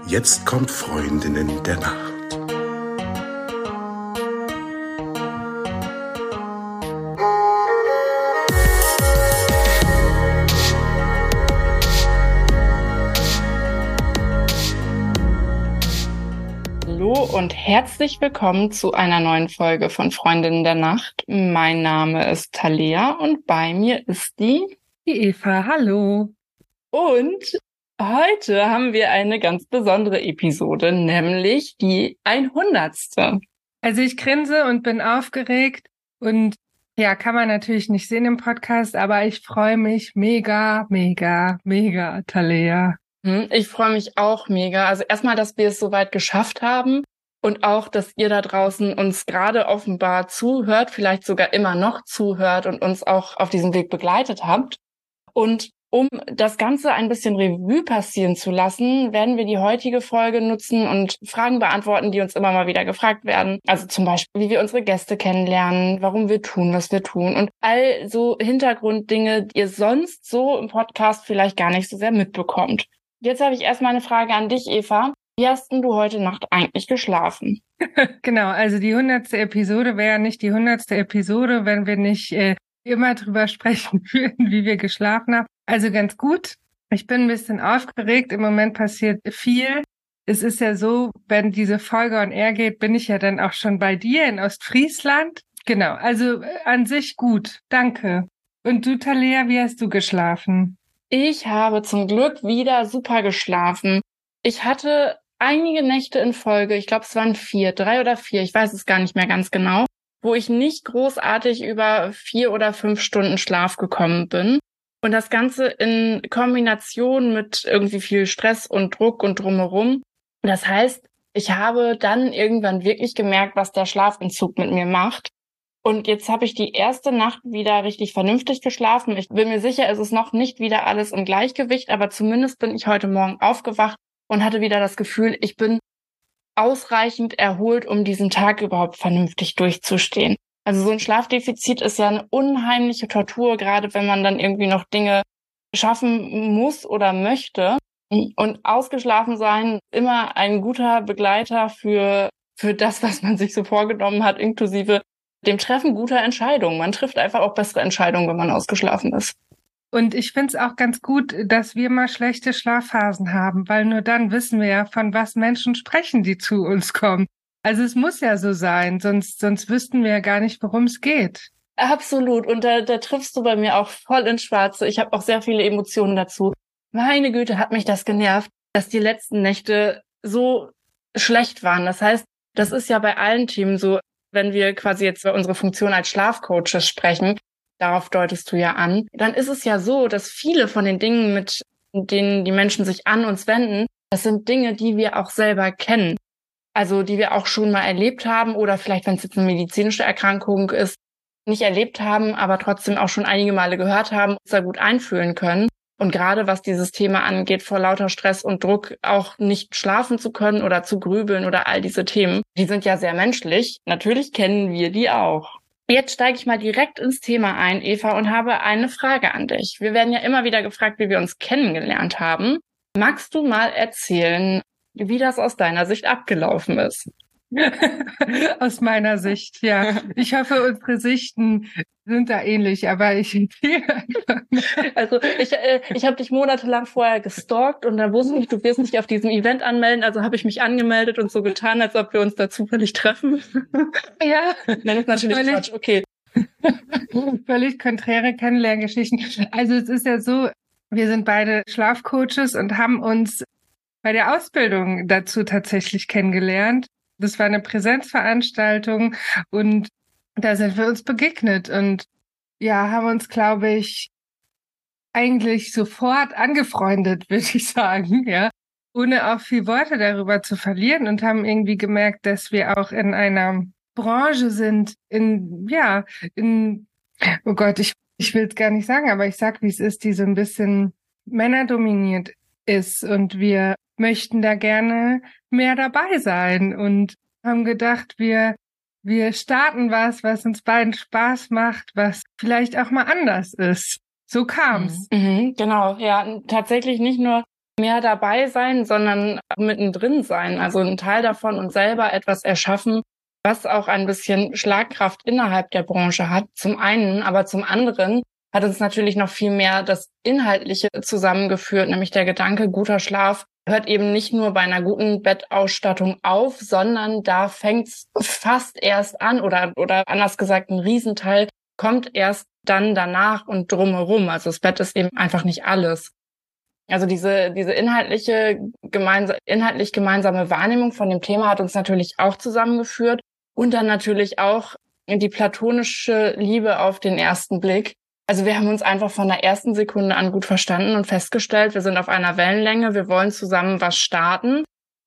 Jetzt kommt Freundinnen der Nacht. Hallo und herzlich willkommen zu einer neuen Folge von Freundinnen der Nacht. Mein Name ist Thalia und bei mir ist die Eva. Hallo. Und heute haben wir eine ganz besondere Episode, nämlich die 100. Also ich grinse und bin aufgeregt und ja, kann man natürlich nicht sehen im Podcast, aber ich freue mich mega, Thalia. Ich freue mich auch mega. Also erstmal, dass wir es soweit geschafft haben und auch, dass ihr da draußen uns gerade offenbar zuhört, vielleicht sogar immer noch zuhört und uns auch auf diesem Weg begleitet habt. Und um das Ganze ein bisschen Revue passieren zu lassen, werden wir die heutige Folge nutzen und Fragen beantworten, die uns immer mal wieder gefragt werden. Also zum Beispiel, wie wir unsere Gäste kennenlernen, warum wir tun, was wir tun und all so Hintergrunddinge, die ihr sonst so im Podcast vielleicht gar nicht so sehr mitbekommt. Jetzt habe ich erstmal eine Frage an dich, Eva. Wie hast denn du heute Nacht eigentlich geschlafen? Genau, also die 100. Episode wäre ja nicht die 100. Episode, wenn wir nicht immer drüber sprechen würden, wie wir geschlafen haben. Also ganz gut. Ich bin ein bisschen aufgeregt. Im Moment passiert viel. Es ist ja so, wenn diese Folge on air geht, bin ich ja dann auch schon bei dir in Ostfriesland. Genau, also an sich gut. Danke. Und du, Thalia, wie hast du geschlafen? Ich habe zum Glück wieder super geschlafen. Ich hatte einige Nächte in Folge, ich glaube es waren 3 oder 4, ich weiß es gar nicht mehr ganz genau, wo ich nicht großartig über 4 oder 5 Stunden Schlaf gekommen bin. Und das Ganze in Kombination mit irgendwie viel Stress und Druck und drumherum. Das heißt, ich habe dann irgendwann wirklich gemerkt, was der Schlafentzug mit mir macht. Und jetzt habe ich die erste Nacht wieder richtig vernünftig geschlafen. Ich bin mir sicher, es ist noch nicht wieder alles im Gleichgewicht, aber zumindest bin ich heute Morgen aufgewacht und hatte wieder das Gefühl, ich bin ausreichend erholt, um diesen Tag überhaupt vernünftig durchzustehen. Also so ein Schlafdefizit ist ja eine unheimliche Tortur, gerade wenn man dann irgendwie noch Dinge schaffen muss oder möchte. Und ausgeschlafen sein, immer ein guter Begleiter für das, was man sich so vorgenommen hat, inklusive dem Treffen guter Entscheidungen. Man trifft einfach auch bessere Entscheidungen, wenn man ausgeschlafen ist. Und ich finde es auch ganz gut, dass wir mal schlechte Schlafphasen haben, weil nur dann wissen wir ja, von was Menschen sprechen, die zu uns kommen. Also es muss ja so sein, sonst wüssten wir ja gar nicht, worum es geht. Absolut. Und da triffst du bei mir auch voll ins Schwarze. Ich habe auch sehr viele Emotionen dazu. Meine Güte, hat mich das genervt, dass die letzten Nächte so schlecht waren. Das heißt, das ist ja bei allen Themen so, wenn wir quasi jetzt über unsere Funktion als Schlafcoaches sprechen, darauf deutest du ja an, dann ist es ja so, dass viele von den Dingen, mit denen die Menschen sich an uns wenden, das sind Dinge, die wir auch selber kennen. Also die wir auch schon mal erlebt haben oder vielleicht, wenn es jetzt eine medizinische Erkrankung ist, nicht erlebt haben, aber trotzdem auch schon einige Male gehört haben, uns da gut einfühlen können. Und gerade was dieses Thema angeht, vor lauter Stress und Druck auch nicht schlafen zu können oder zu grübeln oder all diese Themen, die sind ja sehr menschlich. Natürlich kennen wir die auch. Jetzt steige ich mal direkt ins Thema ein, Eva, und habe eine Frage an dich. Wir werden ja immer wieder gefragt, wie wir uns kennengelernt haben. Magst du mal erzählen, wie das aus deiner Sicht abgelaufen ist? Aus meiner Sicht, ja. Ich hoffe, unsere Sichten sind da ähnlich, aber ich Also ich habe dich monatelang vorher gestalkt und dann wusste ich, du wirst nicht auf diesem Event anmelden, also habe ich mich angemeldet und so getan, als ob wir uns da zufällig treffen. Ja. Nein, ist natürlich Quatsch, okay. Völlig konträre Kennenlerngeschichten. Also es ist ja so, wir sind beide Schlafcoaches und haben uns bei der Ausbildung dazu tatsächlich kennengelernt. Das war eine Präsenzveranstaltung und da sind wir uns begegnet und ja, haben uns, glaube ich, eigentlich sofort angefreundet, würde ich sagen, ja, ohne auch viel Worte darüber zu verlieren und haben irgendwie gemerkt, dass wir auch in einer Branche sind, oh Gott, ich will es gar nicht sagen, aber ich sag, wie es ist, die so ein bisschen männerdominiert ist und wir möchten da gerne mehr dabei sein und haben gedacht, wir starten was uns beiden Spaß macht, was vielleicht auch mal anders ist. So kam's. Genau, ja, tatsächlich nicht nur mehr dabei sein, sondern mittendrin sein. Also ein Teil davon und selber etwas erschaffen, was auch ein bisschen Schlagkraft innerhalb der Branche hat. Zum einen, aber zum anderen hat uns natürlich noch viel mehr das Inhaltliche zusammengeführt, nämlich der Gedanke, guter Schlaf hört eben nicht nur bei einer guten Bettausstattung auf, sondern da fängt's fast erst an oder anders gesagt, ein Riesenteil kommt erst dann danach und drumherum. Also das Bett ist eben einfach nicht alles. Also diese inhaltlich gemeinsame Wahrnehmung von dem Thema hat uns natürlich auch zusammengeführt und dann natürlich auch die platonische Liebe auf den ersten Blick. Also wir haben uns einfach von der ersten Sekunde an gut verstanden und festgestellt, wir sind auf einer Wellenlänge, wir wollen zusammen was starten.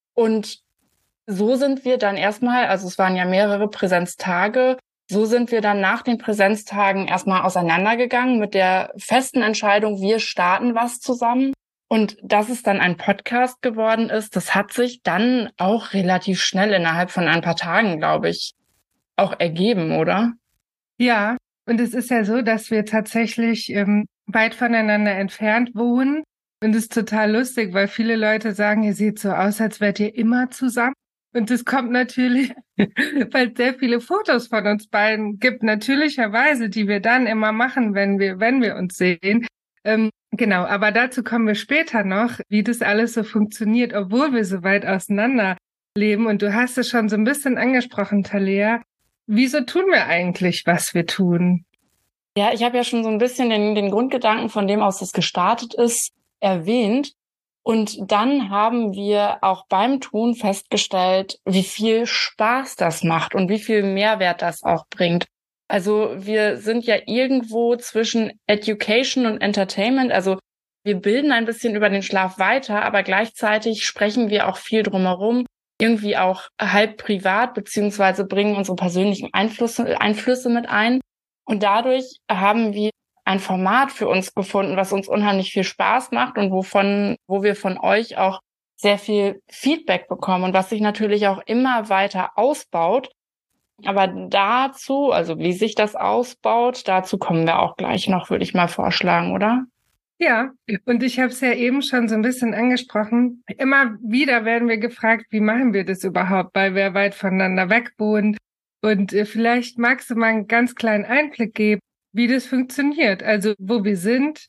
Und so sind wir dann erstmal, also es waren ja mehrere Präsenztage, so sind wir dann nach den Präsenztagen erstmal auseinandergegangen mit der festen Entscheidung, wir starten was zusammen. Und dass es dann ein Podcast geworden ist, das hat sich dann auch relativ schnell innerhalb von ein paar Tagen, glaube ich, auch ergeben, oder? Ja, und es ist ja so, dass wir tatsächlich weit voneinander entfernt wohnen. Und es ist total lustig, weil viele Leute sagen, ihr seht so aus, als wärt ihr immer zusammen. Und das kommt natürlich, weil es sehr viele Fotos von uns beiden gibt, natürlicherweise, die wir dann immer machen, wenn wir uns sehen. Genau, aber dazu kommen wir später noch, wie das alles so funktioniert, obwohl wir so weit auseinander leben. Und du hast es schon so ein bisschen angesprochen, Thalia. Wieso tun wir eigentlich, was wir tun? Ja, ich habe ja schon so ein bisschen den Grundgedanken, von dem aus es gestartet ist, erwähnt. Und dann haben wir auch beim Tun festgestellt, wie viel Spaß das macht und wie viel Mehrwert das auch bringt. Also wir sind ja irgendwo zwischen Education und Entertainment. Also wir bilden ein bisschen über den Schlaf weiter, aber gleichzeitig sprechen wir auch viel drumherum, irgendwie auch halb privat, beziehungsweise bringen unsere persönlichen Einflüsse mit ein. Und dadurch haben wir ein Format für uns gefunden, was uns unheimlich viel Spaß macht und wo wir von euch auch sehr viel Feedback bekommen und was sich natürlich auch immer weiter ausbaut. Aber dazu, also wie sich das ausbaut, dazu kommen wir auch gleich noch, würde ich mal vorschlagen, oder? Ja, und ich habe es ja eben schon so ein bisschen angesprochen. Immer wieder werden wir gefragt, wie machen wir das überhaupt, weil wir weit voneinander weg wohnen. Und vielleicht magst du mal einen ganz kleinen Einblick geben, wie das funktioniert. Also wo wir sind,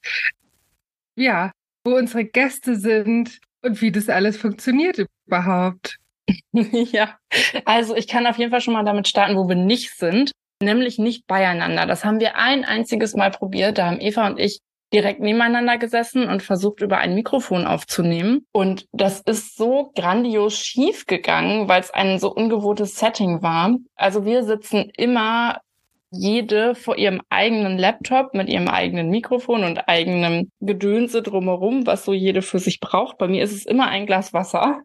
ja, wo unsere Gäste sind und wie das alles funktioniert überhaupt. Ja, also ich kann auf jeden Fall schon mal damit starten, wo wir nicht sind, nämlich nicht beieinander. Das haben wir ein einziges Mal probiert. Da haben Eva und ich direkt nebeneinander gesessen und versucht, über ein Mikrofon aufzunehmen. Und das ist so grandios schief gegangen, weil es ein so ungewohntes Setting war. Also wir sitzen immer jede vor ihrem eigenen Laptop mit ihrem eigenen Mikrofon und eigenem Gedönse drumherum, was so jede für sich braucht. Bei mir ist es immer ein Glas Wasser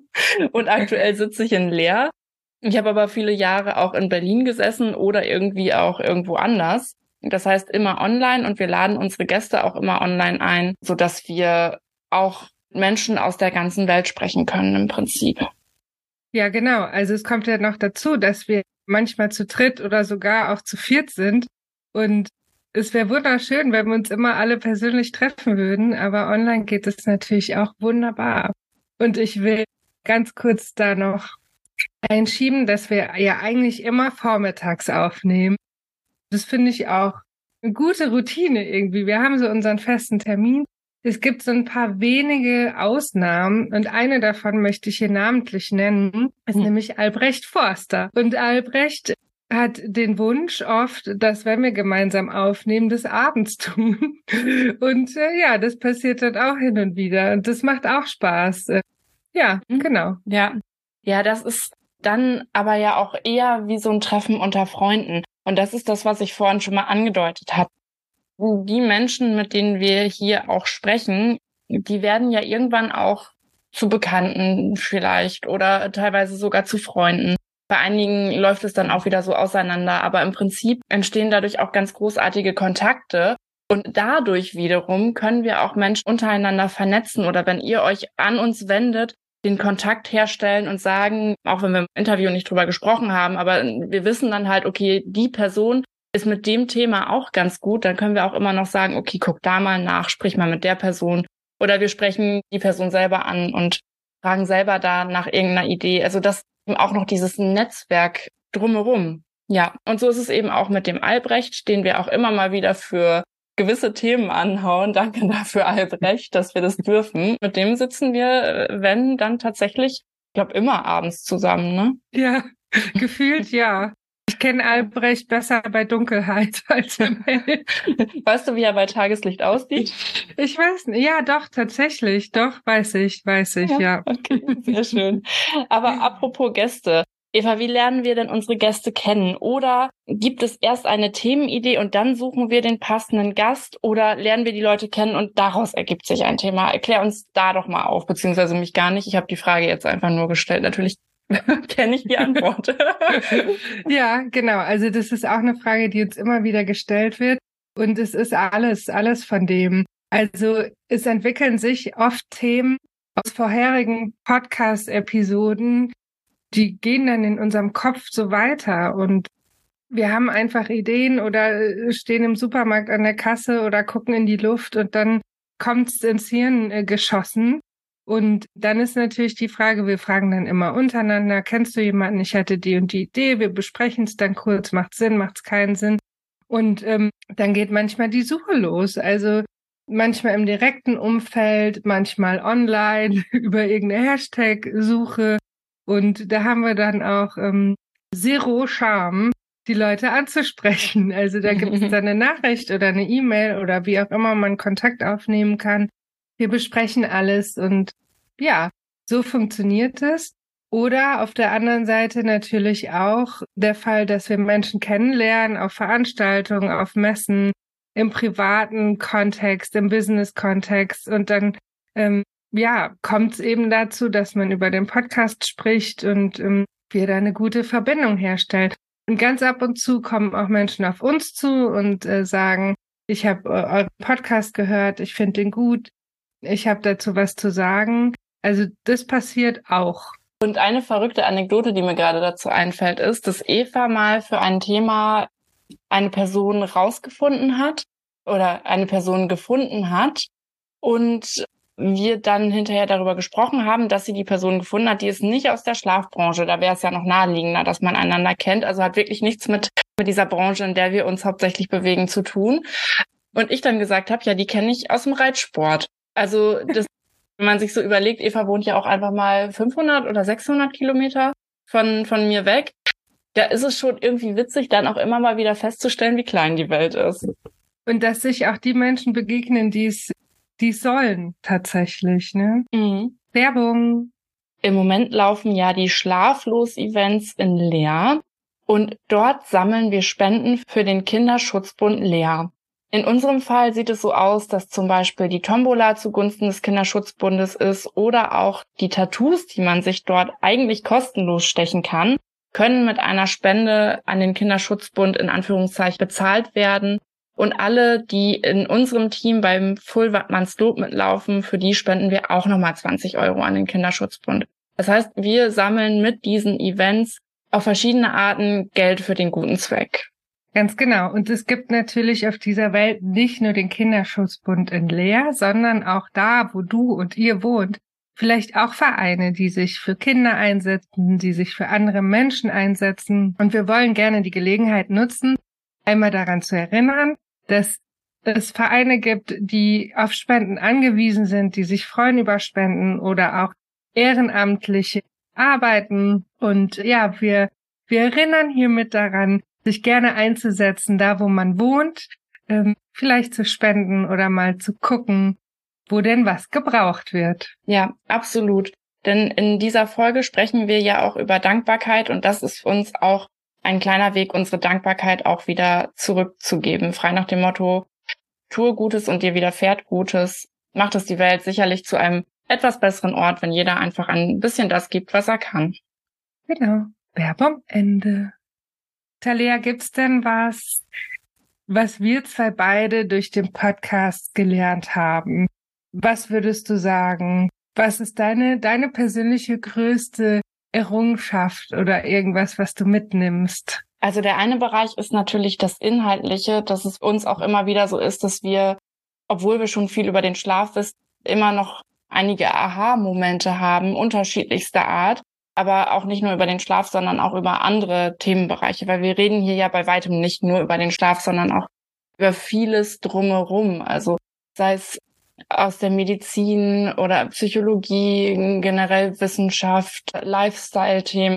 und aktuell sitze ich in Leer. Ich habe aber viele Jahre auch in Berlin gesessen oder irgendwie auch irgendwo anders. Das heißt immer online und wir laden unsere Gäste auch immer online ein, sodass wir auch Menschen aus der ganzen Welt sprechen können im Prinzip. Ja, genau. Also es kommt ja noch dazu, dass wir manchmal zu dritt oder sogar auch zu viert sind. Und es wäre wunderschön, wenn wir uns immer alle persönlich treffen würden. Aber online geht es natürlich auch wunderbar. Und ich will ganz kurz da noch einschieben, dass wir ja eigentlich immer vormittags aufnehmen. Das finde ich auch eine gute Routine irgendwie. Wir haben so unseren festen Termin. Es gibt so ein paar wenige Ausnahmen und eine davon möchte ich hier namentlich nennen, ist nämlich Albrecht Forster. Und Albrecht hat den Wunsch oft, dass wenn wir gemeinsam aufnehmen, das abends tun. Und ja, das passiert dann auch hin und wieder und das macht auch Spaß. Ja, genau. Ja, das ist dann aber ja auch eher wie so ein Treffen unter Freunden. Und das ist das, was ich vorhin schon mal angedeutet habe. Die Menschen, mit denen wir hier auch sprechen, die werden ja irgendwann auch zu Bekannten vielleicht oder teilweise sogar zu Freunden. Bei einigen läuft es dann auch wieder so auseinander, aber im Prinzip entstehen dadurch auch ganz großartige Kontakte. Und dadurch wiederum können wir auch Menschen untereinander vernetzen oder wenn ihr euch an uns wendet, den Kontakt herstellen und sagen, auch wenn wir im Interview nicht drüber gesprochen haben, aber wir wissen dann halt, okay, die Person ist mit dem Thema auch ganz gut, dann können wir auch immer noch sagen, okay, guck da mal nach, sprich mal mit der Person Oder wir sprechen die Person selber an und fragen selber da nach irgendeiner Idee. Also das eben auch noch dieses Netzwerk drumherum. Ja, und so ist es eben auch mit dem Albrecht, den wir auch immer mal wieder für gewisse Themen anhauen. Danke dafür, Albrecht, dass wir das dürfen. Mit dem sitzen wir, wenn, dann tatsächlich, ich glaube, immer abends zusammen, ne? Ja, gefühlt ja. Ich kenne Albrecht besser bei Dunkelheit als im Hell. Weißt du, wie er bei Tageslicht aussieht? Ich weiß nicht. Ja, doch, tatsächlich. Doch, weiß ich, ja. Okay, sehr schön. Aber apropos Gäste. Eva, wie lernen wir denn unsere Gäste kennen? Oder gibt es erst eine Themenidee und dann suchen wir den passenden Gast? Oder lernen wir die Leute kennen und daraus ergibt sich ein Thema? Erklär uns da doch mal auf, beziehungsweise mich gar nicht. Ich habe die Frage jetzt einfach nur gestellt. Natürlich kenne ich die Antwort. Ja, genau. Also das ist auch eine Frage, die uns immer wieder gestellt wird. Und es ist alles von dem. Also es entwickeln sich oft Themen aus vorherigen Podcast-Episoden, die gehen dann in unserem Kopf so weiter. Und wir haben einfach Ideen oder stehen im Supermarkt an der Kasse oder gucken in die Luft und dann kommt's ins Hirn geschossen. Und dann ist natürlich die Frage, wir fragen dann immer untereinander, kennst du jemanden, ich hatte die und die Idee, wir besprechen es dann kurz, macht's Sinn, macht's keinen Sinn. Und dann geht manchmal die Suche los, also manchmal im direkten Umfeld, manchmal online über irgendeine Hashtag-Suche. Und da haben wir dann auch zero Charme, die Leute anzusprechen. Also da gibt es dann eine Nachricht oder eine E-Mail oder wie auch immer man Kontakt aufnehmen kann. Wir besprechen alles und ja, so funktioniert es. Oder auf der anderen Seite natürlich auch der Fall, dass wir Menschen kennenlernen auf Veranstaltungen, auf Messen, im privaten Kontext, im Business-Kontext. Und dann kommt es eben dazu, dass man über den Podcast spricht und wir da eine gute Verbindung herstellen. Und ganz ab und zu kommen auch Menschen auf uns zu und sagen, ich habe euren Podcast gehört, ich finde den gut, ich habe dazu was zu sagen. Also das passiert auch. Und eine verrückte Anekdote, die mir gerade dazu einfällt, ist, dass Eva mal für ein Thema eine Person rausgefunden hat oder eine Person gefunden hat und wir dann hinterher darüber gesprochen haben, dass sie die Person gefunden hat, die ist nicht aus der Schlafbranche. Da wäre es ja noch naheliegender, dass man einander kennt. Also hat wirklich nichts mit dieser Branche, in der wir uns hauptsächlich bewegen, zu tun. Und ich dann gesagt habe, ja, die kenne ich aus dem Reitsport. Also das, wenn man sich so überlegt, Eva wohnt ja auch einfach mal 500 oder 600 Kilometer von mir weg. Da ist es schon irgendwie witzig, dann auch immer mal wieder festzustellen, wie klein die Welt ist. Und dass sich auch die Menschen begegnen, die es sollen tatsächlich, ne? Mhm. Werbung. Im Moment laufen ja die Schlaflos-Events in Leer und dort sammeln wir Spenden für den Kinderschutzbund Leer. In unserem Fall sieht es so aus, dass zum Beispiel die Tombola zugunsten des Kinderschutzbundes ist oder auch die Tattoos, die man sich dort eigentlich kostenlos stechen kann, können mit einer Spende an den Kinderschutzbund in Anführungszeichen bezahlt werden. Und alle, die in unserem Team beim Full Wattmannslob mitlaufen, für die spenden wir auch nochmal 20 € an den Kinderschutzbund. Das heißt, wir sammeln mit diesen Events auf verschiedene Arten Geld für den guten Zweck. Ganz genau. Und es gibt natürlich auf dieser Welt nicht nur den Kinderschutzbund in Leer, sondern auch da, wo du und ihr wohnt, vielleicht auch Vereine, die sich für Kinder einsetzen, die sich für andere Menschen einsetzen. Und wir wollen gerne die Gelegenheit nutzen, einmal daran zu erinnern, dass es Vereine gibt, die auf Spenden angewiesen sind, die sich freuen über Spenden oder auch ehrenamtliche arbeiten. Und ja, wir erinnern hiermit daran, sich gerne einzusetzen, da wo man wohnt, vielleicht zu spenden oder mal zu gucken, wo denn was gebraucht wird. Ja, absolut. Denn in dieser Folge sprechen wir ja auch über Dankbarkeit und das ist für uns auch ein kleiner Weg, unsere Dankbarkeit auch wieder zurückzugeben. Frei nach dem Motto, tue Gutes und dir widerfährt Gutes. Macht es die Welt sicherlich zu einem etwas besseren Ort, wenn jeder einfach ein bisschen das gibt, was er kann. Genau. Werbung Ende. Thalia, gibt's denn was wir zwei beide durch den Podcast gelernt haben? Was würdest du sagen? Was ist deine persönliche größte Errungenschaft oder irgendwas, was du mitnimmst? Also der eine Bereich ist natürlich das Inhaltliche, dass es uns auch immer wieder so ist, dass wir, obwohl wir schon viel über den Schlaf wissen, immer noch einige Aha-Momente haben, unterschiedlichster Art, aber auch nicht nur über den Schlaf, sondern auch über andere Themenbereiche, weil wir reden hier ja bei weitem nicht nur über den Schlaf, sondern auch über vieles drumherum. Also sei es aus der Medizin oder Psychologie, generell Wissenschaft, Lifestyle-Themen,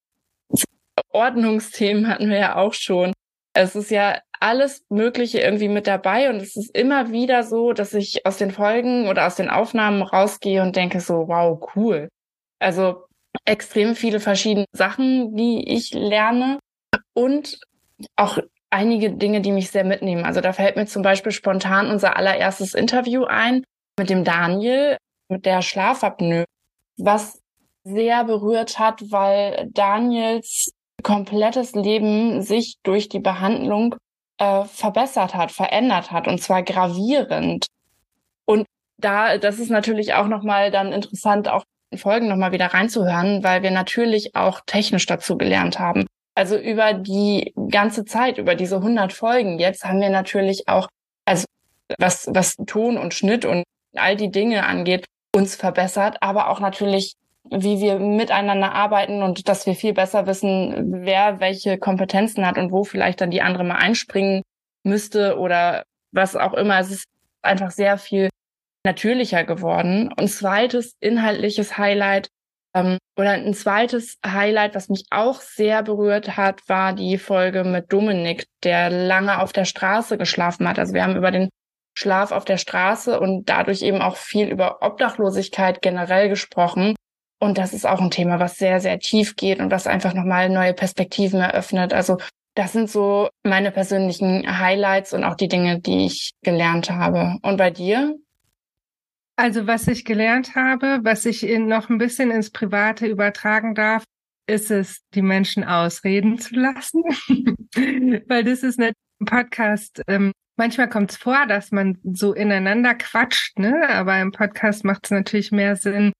Ordnungsthemen hatten wir ja auch schon. Es ist ja alles Mögliche irgendwie mit dabei und es ist immer wieder so, dass ich aus den Folgen oder aus den Aufnahmen rausgehe und denke so, wow, cool. Also extrem viele verschiedene Sachen, die ich lerne und auch einige Dinge, die mich sehr mitnehmen. Also da fällt mir zum Beispiel spontan unser allererstes Interview ein mit dem Daniel, mit der Schlafapnoe, was sehr berührt hat, weil Daniels komplettes Leben sich durch die Behandlung verbessert hat, verändert hat, und zwar gravierend. Und das ist natürlich auch nochmal dann interessant, auch in Folgen nochmal wieder reinzuhören, weil wir natürlich auch technisch dazu gelernt haben. Also über die ganze Zeit, über diese 100 Folgen jetzt, haben wir natürlich auch, also was Ton und Schnitt und all die Dinge angeht, uns verbessert, aber auch natürlich, wie wir miteinander arbeiten und dass wir viel besser wissen, wer welche Kompetenzen hat und wo vielleicht dann die andere mal einspringen müsste oder was auch immer. Es ist einfach sehr viel natürlicher geworden. Und zweites inhaltliches Highlight oder ein zweites Highlight, was mich auch sehr berührt hat, war die Folge mit Dominik, der lange auf der Straße geschlafen hat. Also wir haben über den Schlaf auf der Straße und dadurch eben auch viel über Obdachlosigkeit generell gesprochen. Und das ist auch ein Thema, was sehr, sehr tief geht und was einfach nochmal neue Perspektiven eröffnet. Also das sind so meine persönlichen Highlights und auch die Dinge, die ich gelernt habe. Und bei dir? Also was ich gelernt habe, was ich noch ein bisschen ins Private übertragen darf, ist es, die Menschen ausreden zu lassen. Weil das ist ein Podcast, manchmal kommt es vor, dass man so ineinander quatscht, ne? Aber im Podcast macht es natürlich mehr Sinn,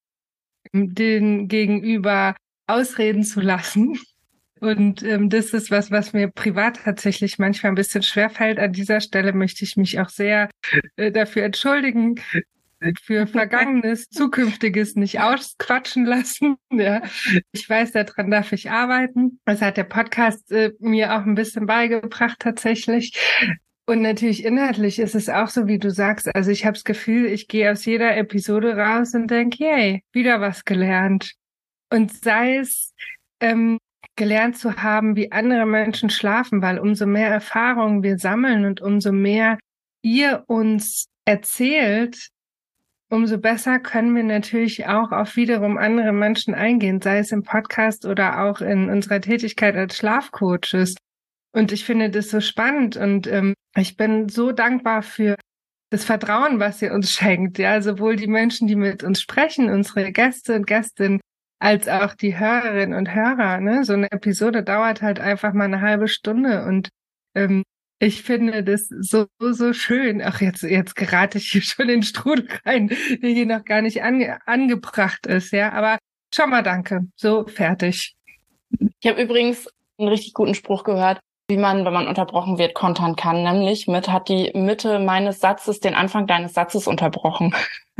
den Gegenüber ausreden zu lassen. Und das ist was mir privat tatsächlich manchmal ein bisschen schwerfällt. An dieser Stelle möchte ich mich auch sehr dafür entschuldigen, für Vergangenes, Zukünftiges nicht ausquatschen lassen. Ja, ich weiß, daran darf ich arbeiten. Das hat der Podcast mir auch ein bisschen beigebracht tatsächlich. Und natürlich inhaltlich ist es auch so, wie du sagst. Also ich habe das Gefühl, ich gehe aus jeder Episode raus und denke, yay, wieder was gelernt. Und sei es gelernt zu haben, wie andere Menschen schlafen, weil umso mehr Erfahrungen wir sammeln und umso mehr ihr uns erzählt, umso besser können wir natürlich auch auf wiederum andere Menschen eingehen, sei es im Podcast oder auch in unserer Tätigkeit als Schlafcoaches. Und ich finde das so spannend und ich bin so dankbar für das Vertrauen, was ihr uns schenkt. Ja, sowohl die Menschen, die mit uns sprechen, unsere Gäste und Gästinnen, als auch die Hörerinnen und Hörer. Ne? So eine Episode dauert halt einfach mal eine halbe Stunde und ich finde das so, so schön. Ach, jetzt gerate ich hier schon in den Strudel rein, der hier noch gar nicht angebracht ist, ja. Aber schon mal danke. So, fertig. Ich habe übrigens einen richtig guten Spruch gehört, wie man, wenn man unterbrochen wird, kontern kann. Nämlich hat die Mitte meines Satzes den Anfang deines Satzes unterbrochen.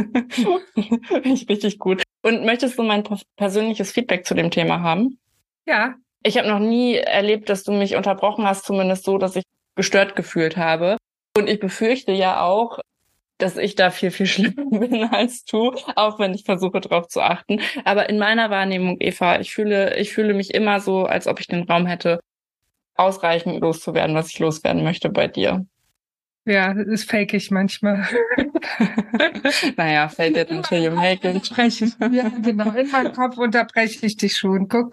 Finde ich richtig gut. Und möchtest du mein persönliches Feedback zu dem Thema haben? Ja. Ich habe noch nie erlebt, dass du mich unterbrochen hast, zumindest so, dass ich gestört gefühlt habe. Und ich befürchte ja auch, dass ich da viel, viel schlimmer bin als du, auch wenn ich versuche, darauf zu achten. Aber in meiner Wahrnehmung, Eva, ich fühle mich immer so, als ob ich den Raum hätte, ausreichend loszuwerden, was ich loswerden möchte bei dir. Ja, das fake ich manchmal. Naja, fake it until you make it. Ja, genau. In meinem Kopf unterbreche ich dich schon. Guck.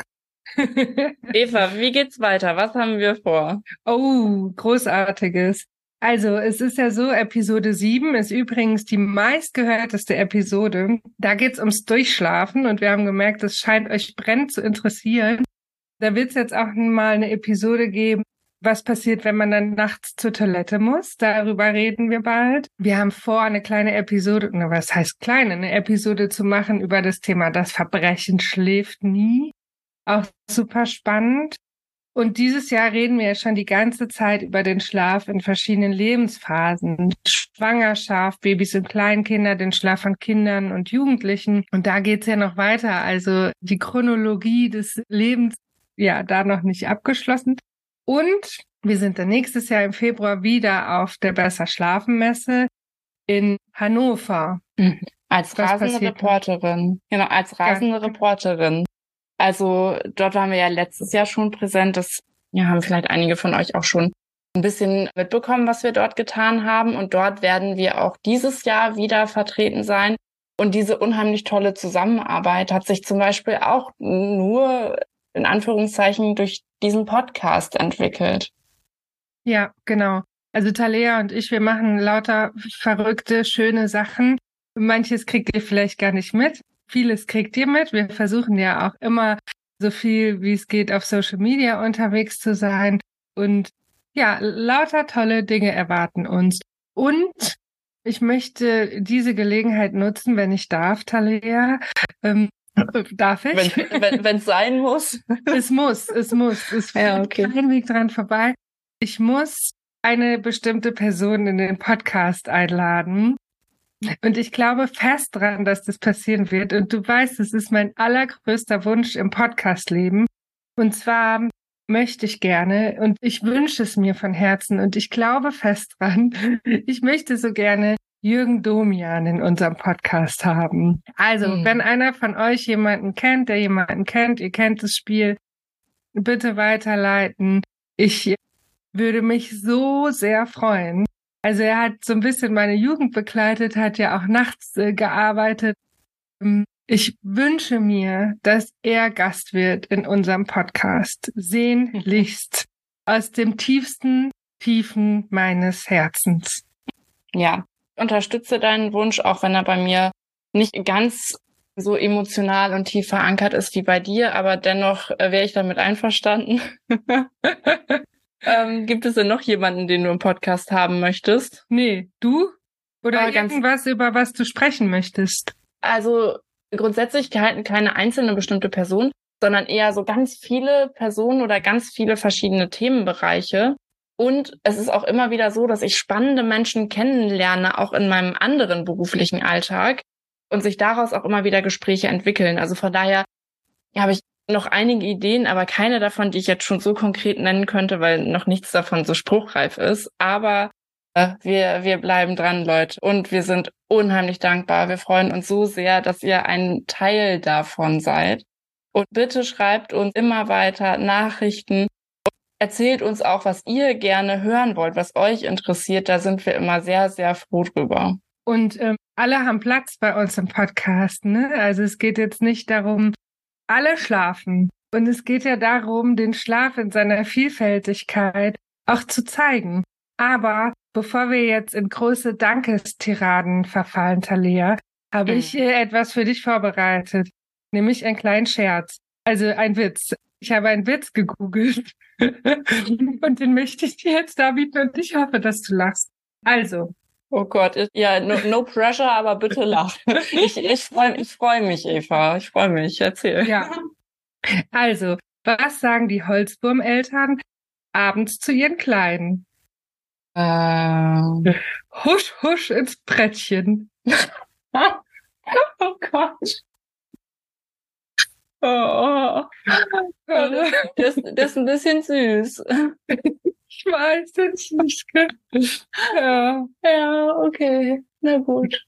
Eva, wie geht's weiter? Was haben wir vor? Oh, Großartiges. Also, es ist ja so, Episode 7 ist übrigens die meistgehörteste Episode. Da geht's ums Durchschlafen und wir haben gemerkt, es scheint euch brennend zu interessieren. Da wird's jetzt auch mal eine Episode geben, was passiert, wenn man dann nachts zur Toilette muss. Darüber reden wir bald. Wir haben vor, eine kleine Episode, was heißt kleine, eine Episode zu machen über das Thema, das Verbrechen schläft nie. Auch super spannend. Und dieses Jahr reden wir ja schon die ganze Zeit über den Schlaf in verschiedenen Lebensphasen. Schwangerschaft, Babys und Kleinkinder, den Schlaf von Kindern und Jugendlichen. Und da geht's ja noch weiter. Also die Chronologie des Lebens, ja, da noch nicht abgeschlossen. Und wir sind dann nächstes Jahr im Februar wieder auf der Besser Schlafen Messe in Hannover. Als rasende Reporterin. Genau, als rasende Reporterin. Also dort waren wir ja letztes Jahr schon präsent. Das haben vielleicht einige von euch auch schon ein bisschen mitbekommen, was wir dort getan haben. Und dort werden wir auch dieses Jahr wieder vertreten sein. Und diese unheimlich tolle Zusammenarbeit hat sich zum Beispiel auch nur in Anführungszeichen durch diesen Podcast entwickelt. Ja, genau. Also Thalea und ich, wir machen lauter verrückte, schöne Sachen. Manches kriegt ihr vielleicht gar nicht mit. Vieles kriegt ihr mit. Wir versuchen ja auch immer so viel, wie es geht, auf Social Media unterwegs zu sein. Und ja, lauter tolle Dinge erwarten uns. Und ich möchte diese Gelegenheit nutzen, wenn ich darf, Thalea. Darf ich? Wenn es sein muss. Es muss. Es führt kein Weg dran vorbei. Ich muss eine bestimmte Person in den Podcast einladen. Und ich glaube fest dran, dass das passieren wird. Und du weißt, es ist mein allergrößter Wunsch im Podcast-Leben. Und zwar möchte ich gerne, und ich wünsche es mir von Herzen, und ich glaube fest dran, ich möchte so gerne Jürgen Domian in unserem Podcast haben. Also, wenn einer von euch jemanden kennt, der jemanden kennt, ihr kennt das Spiel, bitte weiterleiten. Ich würde mich so sehr freuen. Also er hat so ein bisschen meine Jugend begleitet, hat ja auch nachts gearbeitet. Ich wünsche mir, dass er Gast wird in unserem Podcast. Sehnlichst aus dem tiefsten Tiefen meines Herzens. Ja, unterstütze deinen Wunsch, auch wenn er bei mir nicht ganz so emotional und tief verankert ist wie bei dir, aber dennoch wäre ich damit einverstanden. Gibt es denn noch jemanden, den du im Podcast haben möchtest? Nee, du? Oder irgendwas, über was du sprechen möchtest? Also grundsätzlich keine einzelne bestimmte Person, sondern eher so ganz viele Personen oder ganz viele verschiedene Themenbereiche. Und es ist auch immer wieder so, dass ich spannende Menschen kennenlerne, auch in meinem anderen beruflichen Alltag und sich daraus auch immer wieder Gespräche entwickeln. Also von daher habe ich noch einige Ideen, aber keine davon, die ich jetzt schon so konkret nennen könnte, weil noch nichts davon so spruchreif ist. Aber wir bleiben dran, Leute. Und wir sind unheimlich dankbar. Wir freuen uns so sehr, dass ihr ein Teil davon seid. Und bitte schreibt uns immer weiter Nachrichten. Und erzählt uns auch, was ihr gerne hören wollt, was euch interessiert. Da sind wir immer sehr, sehr froh drüber. Und alle haben Platz bei uns im Podcast, ne? Also es geht jetzt nicht darum, alle schlafen. Und es geht ja darum, den Schlaf in seiner Vielfältigkeit auch zu zeigen. Aber bevor wir jetzt in große Dankestiraden verfallen, Thalea, habe ich etwas für dich vorbereitet. Nämlich einen kleinen Scherz. Also ein Witz. Ich habe einen Witz gegoogelt. Und den möchte ich dir jetzt darbieten und ich hoffe, dass du lachst. Also. Oh Gott, ja, no pressure, aber bitte lach. Ich freu mich, Eva. Ich freue mich. Erzähl. Ja. Also, was sagen die Holzwurmeltern abends zu ihren Kleinen? Husch, husch ins Brettchen. Oh Gott. Oh. Das ist ein bisschen süß. Ich weiß es nicht. Ja, okay. Na gut.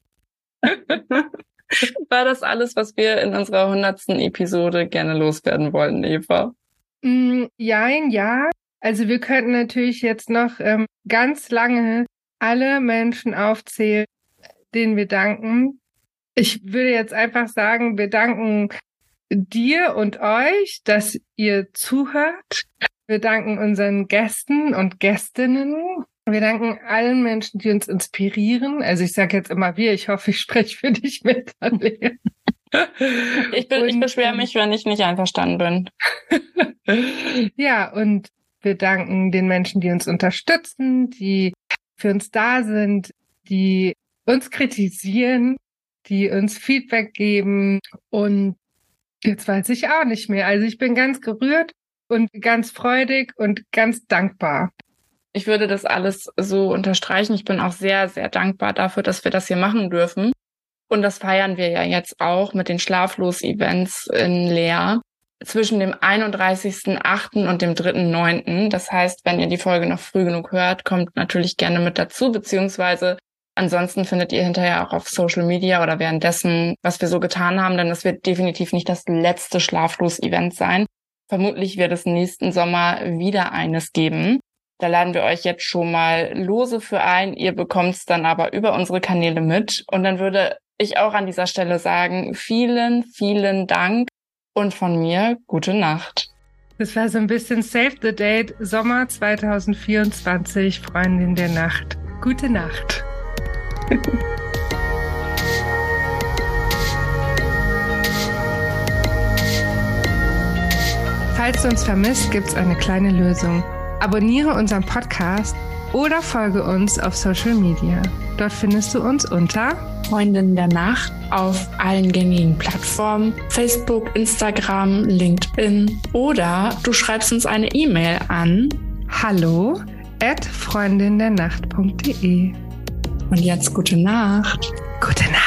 War das alles, was wir in unserer 100. Episode gerne loswerden wollten, Eva? Ja. Also wir könnten natürlich jetzt noch ganz lange alle Menschen aufzählen, denen wir danken. Ich würde jetzt einfach sagen, wir danken dir und euch, dass ihr zuhört. Wir danken unseren Gästen und Gästinnen. Wir danken allen Menschen, die uns inspirieren. Also ich sage jetzt immer wir, ich hoffe, ich spreche für dich mit, Thalea. Ich beschwere mich, wenn ich nicht einverstanden bin. Ja, und wir danken den Menschen, die uns unterstützen, die für uns da sind, die uns kritisieren, die uns Feedback geben. Und jetzt weiß ich auch nicht mehr. Also ich bin ganz gerührt und ganz freudig und ganz dankbar. Ich würde das alles so unterstreichen. Ich bin auch sehr, sehr dankbar dafür, dass wir das hier machen dürfen. Und das feiern wir ja jetzt auch mit den Schlaflos-Events in Leer zwischen dem 31.08. und dem 3.09. Das heißt, wenn ihr die Folge noch früh genug hört, kommt natürlich gerne mit dazu, beziehungsweise ansonsten findet ihr hinterher auch auf Social Media oder währenddessen, was wir so getan haben, denn es wird definitiv nicht das letzte Schlaflos-Event sein. Vermutlich wird es nächsten Sommer wieder eines geben. Da laden wir euch jetzt schon mal lose für ein. Ihr bekommt es dann aber über unsere Kanäle mit. Und dann würde ich auch an dieser Stelle sagen, vielen, vielen Dank und von mir gute Nacht. Das war so ein bisschen Save the Date Sommer 2024, Freundin der Nacht. Gute Nacht. Falls du uns vermisst, gibt's eine kleine Lösung. Abonniere unseren Podcast oder folge uns auf Social Media. Dort findest du uns unter Freundin der Nacht auf allen gängigen Plattformen, Facebook, Instagram, LinkedIn oder du schreibst uns eine E-Mail an hallo@freundindernacht.de. Und jetzt gute Nacht. Gute Nacht.